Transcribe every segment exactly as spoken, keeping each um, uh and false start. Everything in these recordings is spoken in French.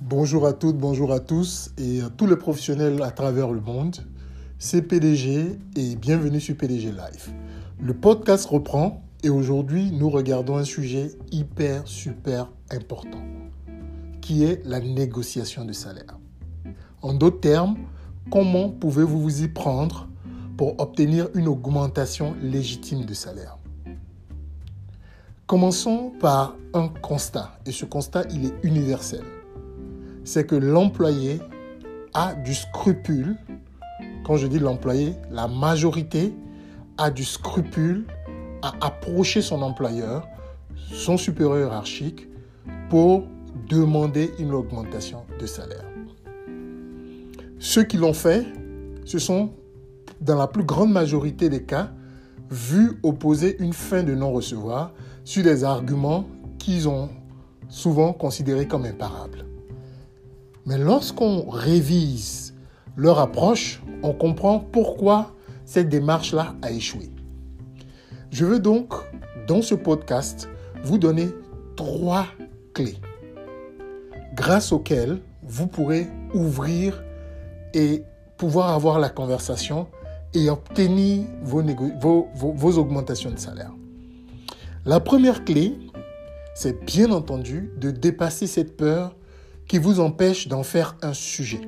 Bonjour à toutes, bonjour à tous et à tous les professionnels à travers le monde. C'est P D G et bienvenue sur P D G Live. Le podcast reprend et aujourd'hui nous regardons un sujet hyper super important qui est la négociation de salaire. En d'autres termes, comment pouvez-vous vous y prendre pour obtenir une augmentation légitime de salaire? Commençons par un constat et ce constat il est universel. C'est que l'employé a du scrupule. Quand je dis l'employé, la majorité a du scrupule à approcher son employeur, son supérieur hiérarchique, pour demander une augmentation de salaire. Ceux qui l'ont fait, ce sont, dans la plus grande majorité des cas, vus opposer une fin de non-recevoir sur des arguments qu'ils ont souvent considérés comme imparables. Mais lorsqu'on révise leur approche, on comprend pourquoi cette démarche-là a échoué. Je veux donc, dans ce podcast, vous donner trois clés grâce auxquelles vous pourrez ouvrir et pouvoir avoir la conversation et obtenir vos, négo- vos, vos, vos augmentations de salaire. La première clé, c'est bien entendu de dépasser cette peur qui vous empêche d'en faire un sujet.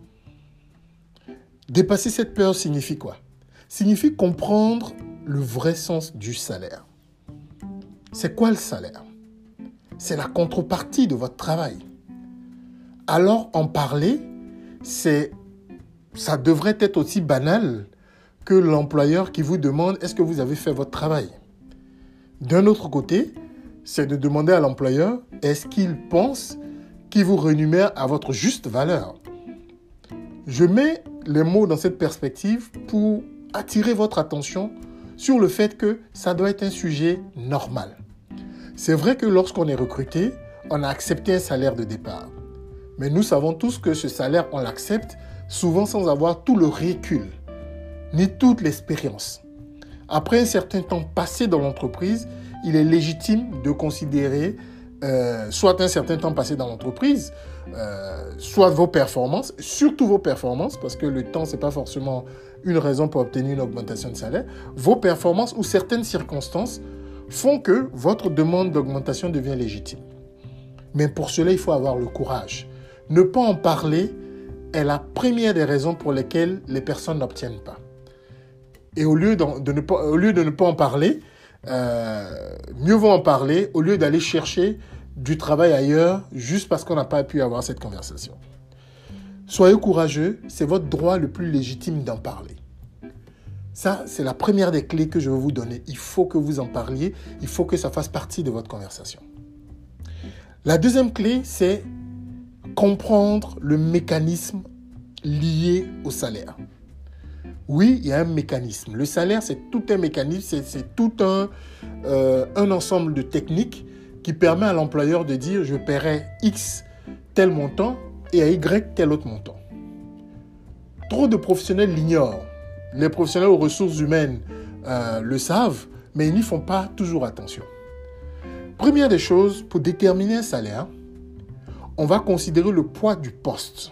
Dépasser cette peur signifie quoi? Signifie comprendre le vrai sens du salaire. C'est quoi le salaire? C'est la contrepartie de votre travail. Alors en parler, c'est, ça devrait être aussi banal que l'employeur qui vous demande est-ce que vous avez fait votre travail? D'un autre côté, c'est de demander à l'employeur est-ce qu'il pense qu'il vous rémunère à votre juste valeur. Je mets les mots dans cette perspective pour attirer votre attention sur le fait que ça doit être un sujet normal. C'est vrai que lorsqu'on est recruté, on a accepté un salaire de départ. Mais nous savons tous que ce salaire, on l'accepte souvent sans avoir tout le recul, ni toute l'expérience. Après un certain temps passé dans l'entreprise, il est légitime de considérer Euh, soit un certain temps passé dans l'entreprise, euh, soit vos performances, surtout vos performances, parce que le temps, ce n'est pas forcément une raison pour obtenir une augmentation de salaire. Vos performances ou certaines circonstances font que votre demande d'augmentation devient légitime. Mais pour cela, il faut avoir le courage. Ne pas en parler est la première des raisons pour lesquelles les personnes n'obtiennent pas. Et au lieu de, de, ne, pas, au lieu de ne pas en parler, Euh, mieux vaut en parler au lieu d'aller chercher du travail ailleurs juste parce qu'on n'a pas pu avoir cette conversation. Soyez courageux, c'est votre droit le plus légitime d'en parler. Ça, c'est la première des clés que je veux vous donner. Il faut que vous en parliez, il faut que ça fasse partie de votre conversation. La deuxième clé, c'est comprendre le mécanisme lié au salaire. Oui, il y a un mécanisme. Le salaire, c'est tout un mécanisme, c'est, c'est tout un, euh, un ensemble de techniques qui permet à l'employeur de dire je paierai X tel montant et à Y tel autre montant. Trop de professionnels l'ignorent. Les professionnels aux ressources humaines euh, le savent, mais ils n'y font pas toujours attention. Première des choses, pour déterminer un salaire, on va considérer le poids du poste.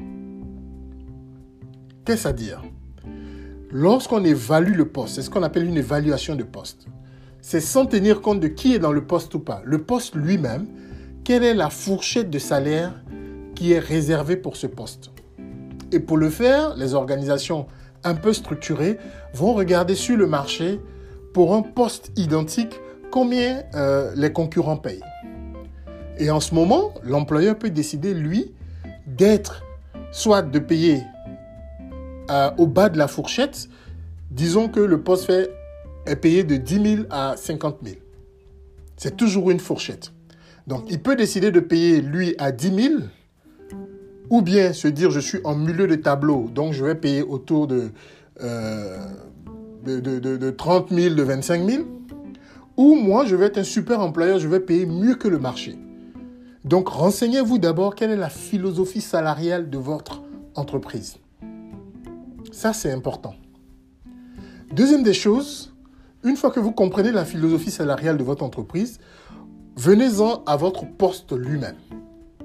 Qu'est-ce à dire? Lorsqu'on évalue le poste, c'est ce qu'on appelle une évaluation de poste. C'est sans tenir compte de qui est dans le poste ou pas. Le poste lui-même, quelle est la fourchette de salaire qui est réservée pour ce poste? Et pour le faire, les organisations un peu structurées vont regarder sur le marché pour un poste identique combien euh, les concurrents payent. Et en ce moment, l'employeur peut décider, lui, d'être soit de payer Euh, au bas de la fourchette, disons que le poste fait, est payé de dix mille à cinquante mille. C'est toujours une fourchette. Donc, il peut décider de payer, lui, à dix mille, ou bien se dire, je suis en milieu de tableau, donc je vais payer autour de, euh, de, de, de, de trente mille, de vingt-cinq mille, ou moi, je vais être un super employeur, je vais payer mieux que le marché. Donc, renseignez-vous d'abord quelle est la philosophie salariale de votre entreprise. Ça, c'est important. Deuxième des choses, une fois que vous comprenez la philosophie salariale de votre entreprise, venez-en à votre poste lui-même.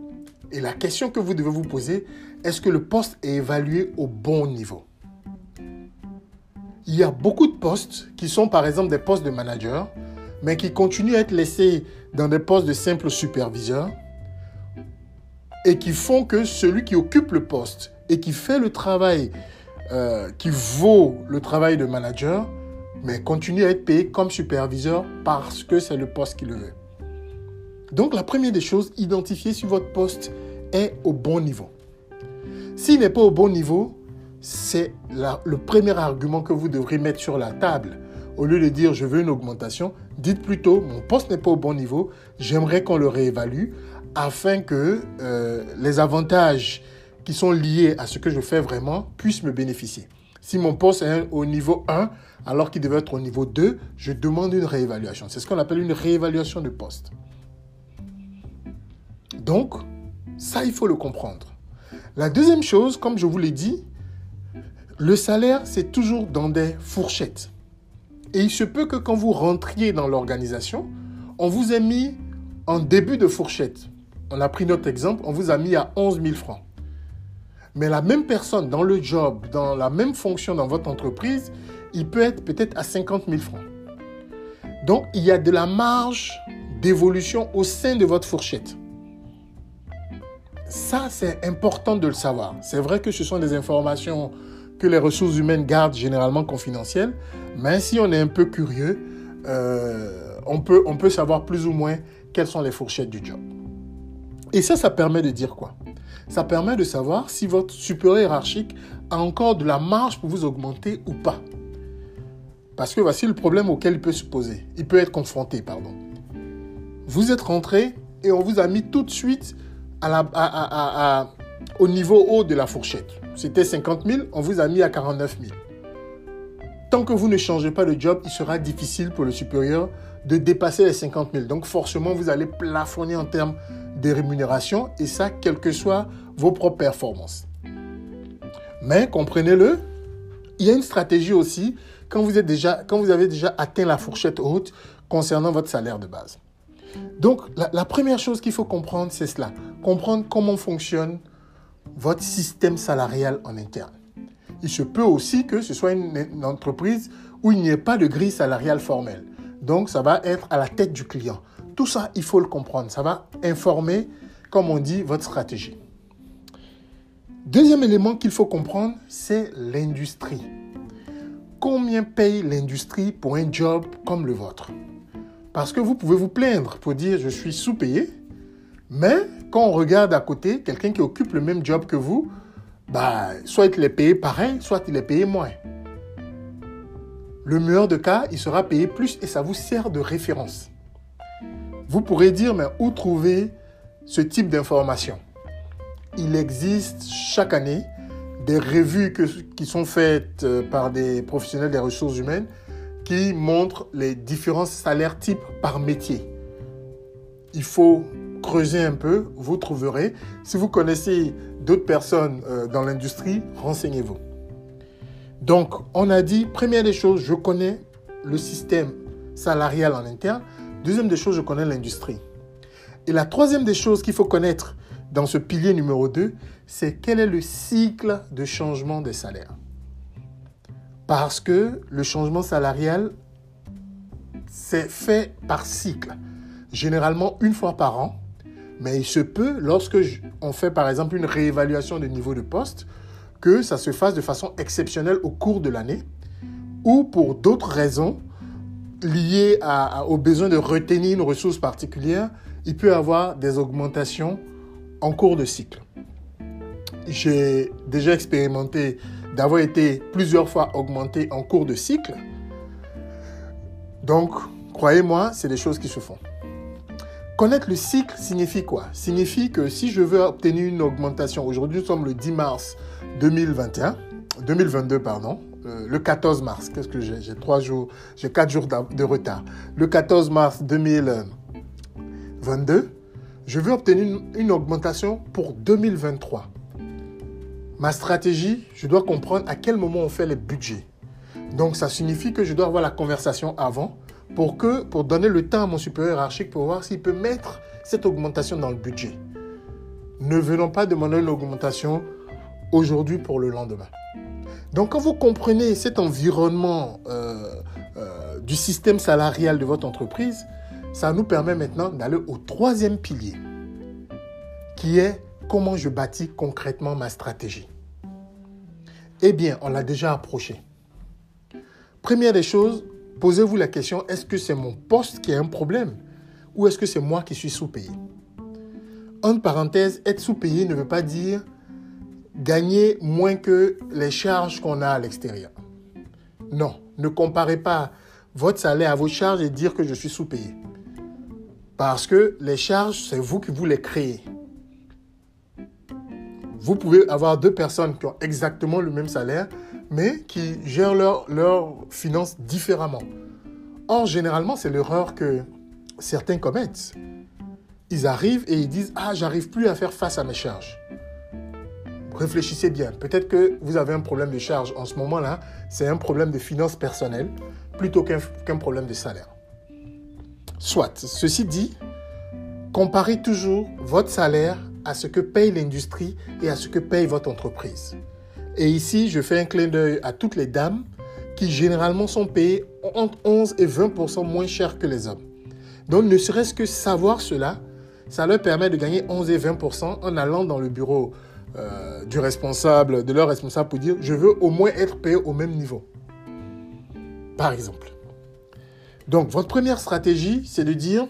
Et la question que vous devez vous poser, est-ce que le poste est évalué au bon niveau? Il y a beaucoup de postes qui sont par exemple des postes de manager, mais qui continuent à être laissés dans des postes de simple superviseur et qui font que celui qui occupe le poste et qui fait le travail euh, qui vaut le travail de manager, mais continue à être payé comme superviseur parce que c'est le poste qui le veut. Donc la première des choses, identifiez si votre poste est au bon niveau. S'il n'est pas au bon niveau, c'est la, le premier argument que vous devrez mettre sur la table. Au lieu de dire « je veux une augmentation », dites plutôt « mon poste n'est pas au bon niveau, j'aimerais qu'on le réévalue afin que euh, les avantages qui sont liés à ce que je fais vraiment puissent me bénéficier. Si mon poste est au niveau un, alors qu'il devait être au niveau deux, je demande une réévaluation. C'est ce qu'on appelle une réévaluation de poste. Donc, ça, il faut le comprendre. La deuxième chose, comme je vous l'ai dit, le salaire, c'est toujours dans des fourchettes. Et il se peut que quand vous rentriez dans l'organisation, on vous ait mis en début de fourchette. On a pris notre exemple, on vous a mis à onze mille francs. Mais la même personne dans le job, dans la même fonction dans votre entreprise, il peut être peut-être à cinquante mille francs. Donc, il y a de la marge d'évolution au sein de votre fourchette. Ça, c'est important de le savoir. C'est vrai que ce sont des informations que les ressources humaines gardent généralement confidentielles, mais si on est un peu curieux, euh, on peut, on peut savoir plus ou moins quelles sont les fourchettes du job. Et ça, ça permet de dire quoi? Ça permet de savoir si votre supérieur hiérarchique a encore de la marge pour vous augmenter ou pas. Parce que voici le problème auquel il peut se poser. Il peut être confronté, pardon. Vous êtes rentré et on vous a mis tout de suite à la, à, à, à, au niveau haut de la fourchette. C'était cinquante mille, on vous a mis à quarante-neuf mille. Tant que vous ne changez pas de job, il sera difficile pour le supérieur de dépasser les cinquante mille. Donc forcément, vous allez plafonner en termes de rémunération et ça, quelles que soient vos propres performances. Mais comprenez-le, il y a une stratégie aussi quand vous, êtes déjà, quand vous avez déjà atteint la fourchette haute concernant votre salaire de base. Donc, la, la première chose qu'il faut comprendre, c'est cela. Comprendre comment fonctionne votre système salarial en interne. Il se peut aussi que ce soit une, une entreprise où il n'y ait pas de grille salariale formelle. Donc, ça va être à la tête du client. Tout ça, il faut le comprendre. Ça va informer, comme on dit, votre stratégie. Deuxième élément qu'il faut comprendre, c'est l'industrie. Combien paye l'industrie pour un job comme le vôtre? Parce que vous pouvez vous plaindre pour dire « je suis sous-payé », mais quand on regarde à côté, quelqu'un qui occupe le même job que vous, bah, soit il est payé pareil, soit il est payé moins. Le meilleur des cas, il sera payé plus et ça vous sert de référence. Vous pourrez dire, mais où trouver ce type d'information? Il existe chaque année des revues que, qui sont faites par des professionnels des ressources humaines qui montrent les différents salaires types par métier. Il faut creuser un peu, vous trouverez. Si vous connaissez d'autres personnes euh, dans l'industrie, renseignez-vous. Donc, on a dit, première des choses, je connais le système salarial en interne. Deuxième des choses, je connais l'industrie. Et la troisième des choses qu'il faut connaître dans ce pilier numéro deux, c'est quel est le cycle de changement des salaires. Parce que le changement salarial, c'est fait par cycle. Généralement une fois par an, mais il se peut, lorsque on fait par exemple une réévaluation de niveau de poste, que ça se fasse de façon exceptionnelle au cours de l'année ou pour d'autres raisons liées à, à, au besoin de retenir une ressource particulière, il peut y avoir des augmentations en cours de cycle. J'ai déjà expérimenté d'avoir été plusieurs fois augmenté en cours de cycle. Donc, croyez-moi, c'est des choses qui se font. Connaître le cycle signifie quoi? Signifie que si je veux obtenir une augmentation, aujourd'hui nous sommes le dix mars deux mille vingt et un, deux mille vingt-deux, pardon, euh, le quatorze mars, qu'est-ce que j'ai? J'ai trois jours, j'ai quatre jours de retard. Le quatorze mars deux mille vingt-deux, je veux obtenir une, une augmentation pour deux mille vingt-trois. Ma stratégie, je dois comprendre à quel moment on fait les budgets. Donc, ça signifie que je dois avoir la conversation avant pour, que, pour donner le temps à mon supérieur hiérarchique pour voir s'il peut mettre cette augmentation dans le budget. Ne venons pas demander une augmentation aujourd'hui pour le lendemain. Donc, quand vous comprenez cet environnement euh, euh, du système salarial de votre entreprise, ça nous permet maintenant d'aller au troisième pilier, qui est comment je bâtis concrètement ma stratégie. Eh bien, on l'a déjà approché. Première des choses, posez-vous la question, est-ce que c'est mon poste qui a un problème ou est-ce que c'est moi qui suis sous-payé? Entre parenthèses, être sous-payé ne veut pas dire gagner moins que les charges qu'on a à l'extérieur. Non, ne comparez pas votre salaire à vos charges et dire que je suis sous-payé. Parce que les charges, c'est vous qui vous les créez. Vous pouvez avoir deux personnes qui ont exactement le même salaire, mais qui gèrent leurs leur finances différemment. Or, généralement, c'est l'erreur que certains commettent. Ils arrivent et ils disent « Ah, j'arrive plus à faire face à mes charges ». Réfléchissez bien. Peut-être que vous avez un problème de charge en ce moment-là. C'est un problème de finances personnelles plutôt qu'un, qu'un problème de salaire. Soit, ceci dit, comparez toujours votre salaire à ce que paye l'industrie et à ce que paye votre entreprise. Et ici, je fais un clin d'œil à toutes les dames qui généralement sont payées entre onze et vingt pour cent moins cher que les hommes. Donc, ne serait-ce que savoir cela, ça leur permet de gagner onze et vingt pour cent en allant dans le bureau euh, du responsable, de leur responsable pour dire « je veux au moins être payé au même niveau ». Par exemple. Donc, votre première stratégie, c'est de dire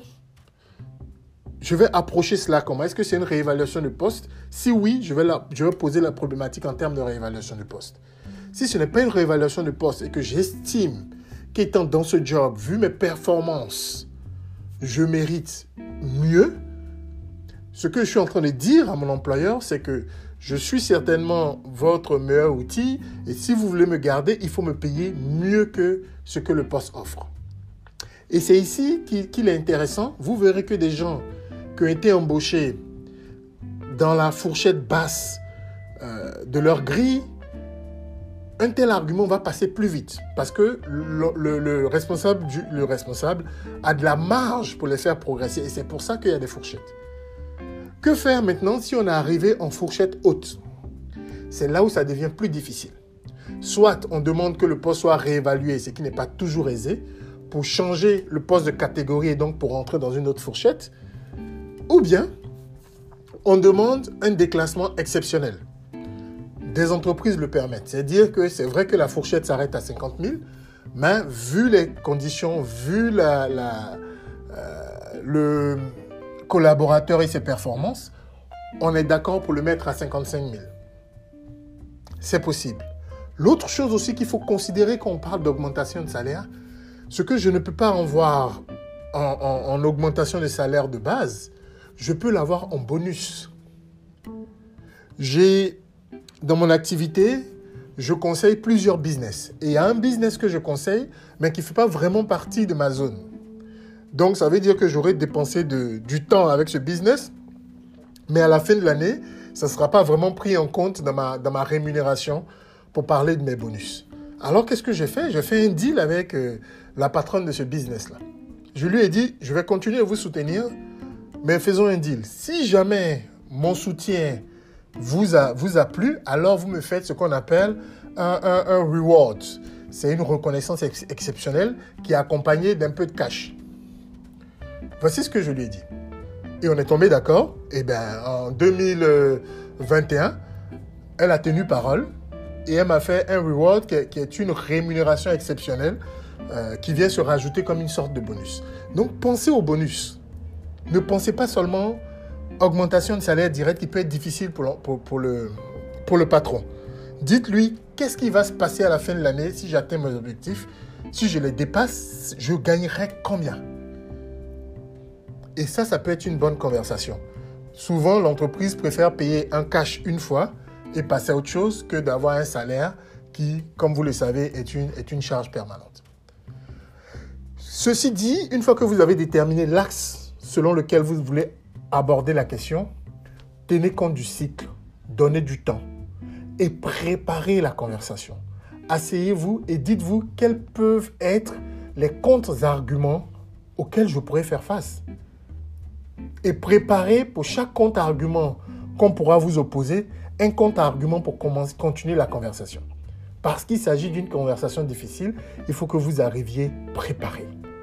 « je vais approcher cela comment? Est-ce que c'est une réévaluation de poste? Si oui, je vais, la, je vais poser la problématique en termes de réévaluation de poste. Si ce n'est pas une réévaluation de poste et que j'estime qu'étant dans ce job, vu mes performances, je mérite mieux, ce que je suis en train de dire à mon employeur, c'est que je suis certainement votre meilleur outil et si vous voulez me garder, il faut me payer mieux que ce que le poste offre. Et c'est ici qu'il est intéressant. Vous verrez que des gens qui ont été embauchés dans la fourchette basse euh, de leur grille, un tel argument va passer plus vite parce que le, le, le, responsable du, le responsable a de la marge pour les faire progresser et c'est pour ça qu'il y a des fourchettes. Que faire maintenant si on est arrivé en fourchette haute? C'est là où ça devient plus difficile. Soit on demande que le poste soit réévalué, ce qui n'est pas toujours aisé, pour changer le poste de catégorie et donc pour rentrer dans une autre fourchette, ou bien on demande un déclassement exceptionnel. Des entreprises le permettent. C'est-à-dire que c'est vrai que la fourchette s'arrête à cinquante mille, mais vu les conditions, vu la, la, euh, le collaborateur et ses performances, on est d'accord pour le mettre à cinquante-cinq mille. C'est possible. L'autre chose aussi qu'il faut considérer quand on parle d'augmentation de salaire, ce que je ne peux pas en voir en, en, en augmentation de salaire de base, je peux l'avoir en bonus. J'ai, dans mon activité, je conseille plusieurs business. Et il y a un business que je conseille, mais qui ne fait pas vraiment partie de ma zone. Donc, ça veut dire que j'aurai dépensé de, du temps avec ce business, mais à la fin de l'année, ça ne sera pas vraiment pris en compte dans ma, dans ma rémunération pour parler de mes bonus. Alors, qu'est-ce que j'ai fait? J'ai fait un deal avec euh, la patronne de ce business-là. Je lui ai dit, je vais continuer à vous soutenir, mais faisons un deal. Si jamais mon soutien vous a, vous a plu, alors vous me faites ce qu'on appelle un, un, un reward. C'est une reconnaissance ex- exceptionnelle qui est accompagnée d'un peu de cash. Voici ce que je lui ai dit. Et on est tombé d'accord. Et bien, en deux mille vingt et un, elle a tenu parole et elle m'a fait un reward qui est, qui est une rémunération exceptionnelle euh, qui vient se rajouter comme une sorte de bonus. Donc, pensez au bonus. Ne pensez pas seulement augmentation de salaire direct qui peut être difficile pour le, pour, pour le, pour le patron. Dites-lui, qu'est-ce qui va se passer à la fin de l'année si j'atteins mes objectifs? Si je les dépasse, je gagnerai combien? Et ça, ça peut être une bonne conversation. Souvent, l'entreprise préfère payer un cash une fois et passer à autre chose que d'avoir un salaire qui, comme vous le savez, est une, est une charge permanente. Ceci dit, une fois que vous avez déterminé l'axe selon lequel vous voulez aborder la question, tenez compte du cycle, donnez du temps et préparez la conversation. Asseyez-vous et dites-vous quels peuvent être les contre-arguments auxquels je pourrais faire face. Et préparez pour chaque contre-argument qu'on pourra vous opposer un contre-argument pour commencer, continuer la conversation. Parce qu'il s'agit d'une conversation difficile, il faut que vous arriviez préparé.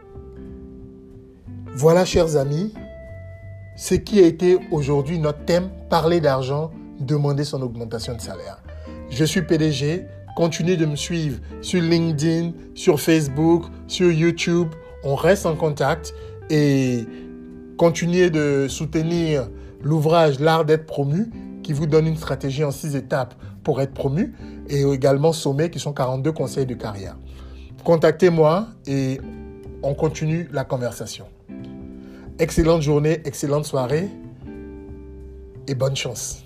Voilà, chers amis, ce qui a été aujourd'hui notre thème, parler d'argent, demander son augmentation de salaire. Je suis P D G, continuez de me suivre sur LinkedIn, sur Facebook, sur YouTube. On reste en contact et continuez de soutenir l'ouvrage L'Art d'être promu, qui vous donne une stratégie en six étapes pour être promu, et également Sommet, qui sont quarante-deux conseils de carrière. Contactez-moi et on continue la conversation. Excellente journée, excellente soirée et bonne chance.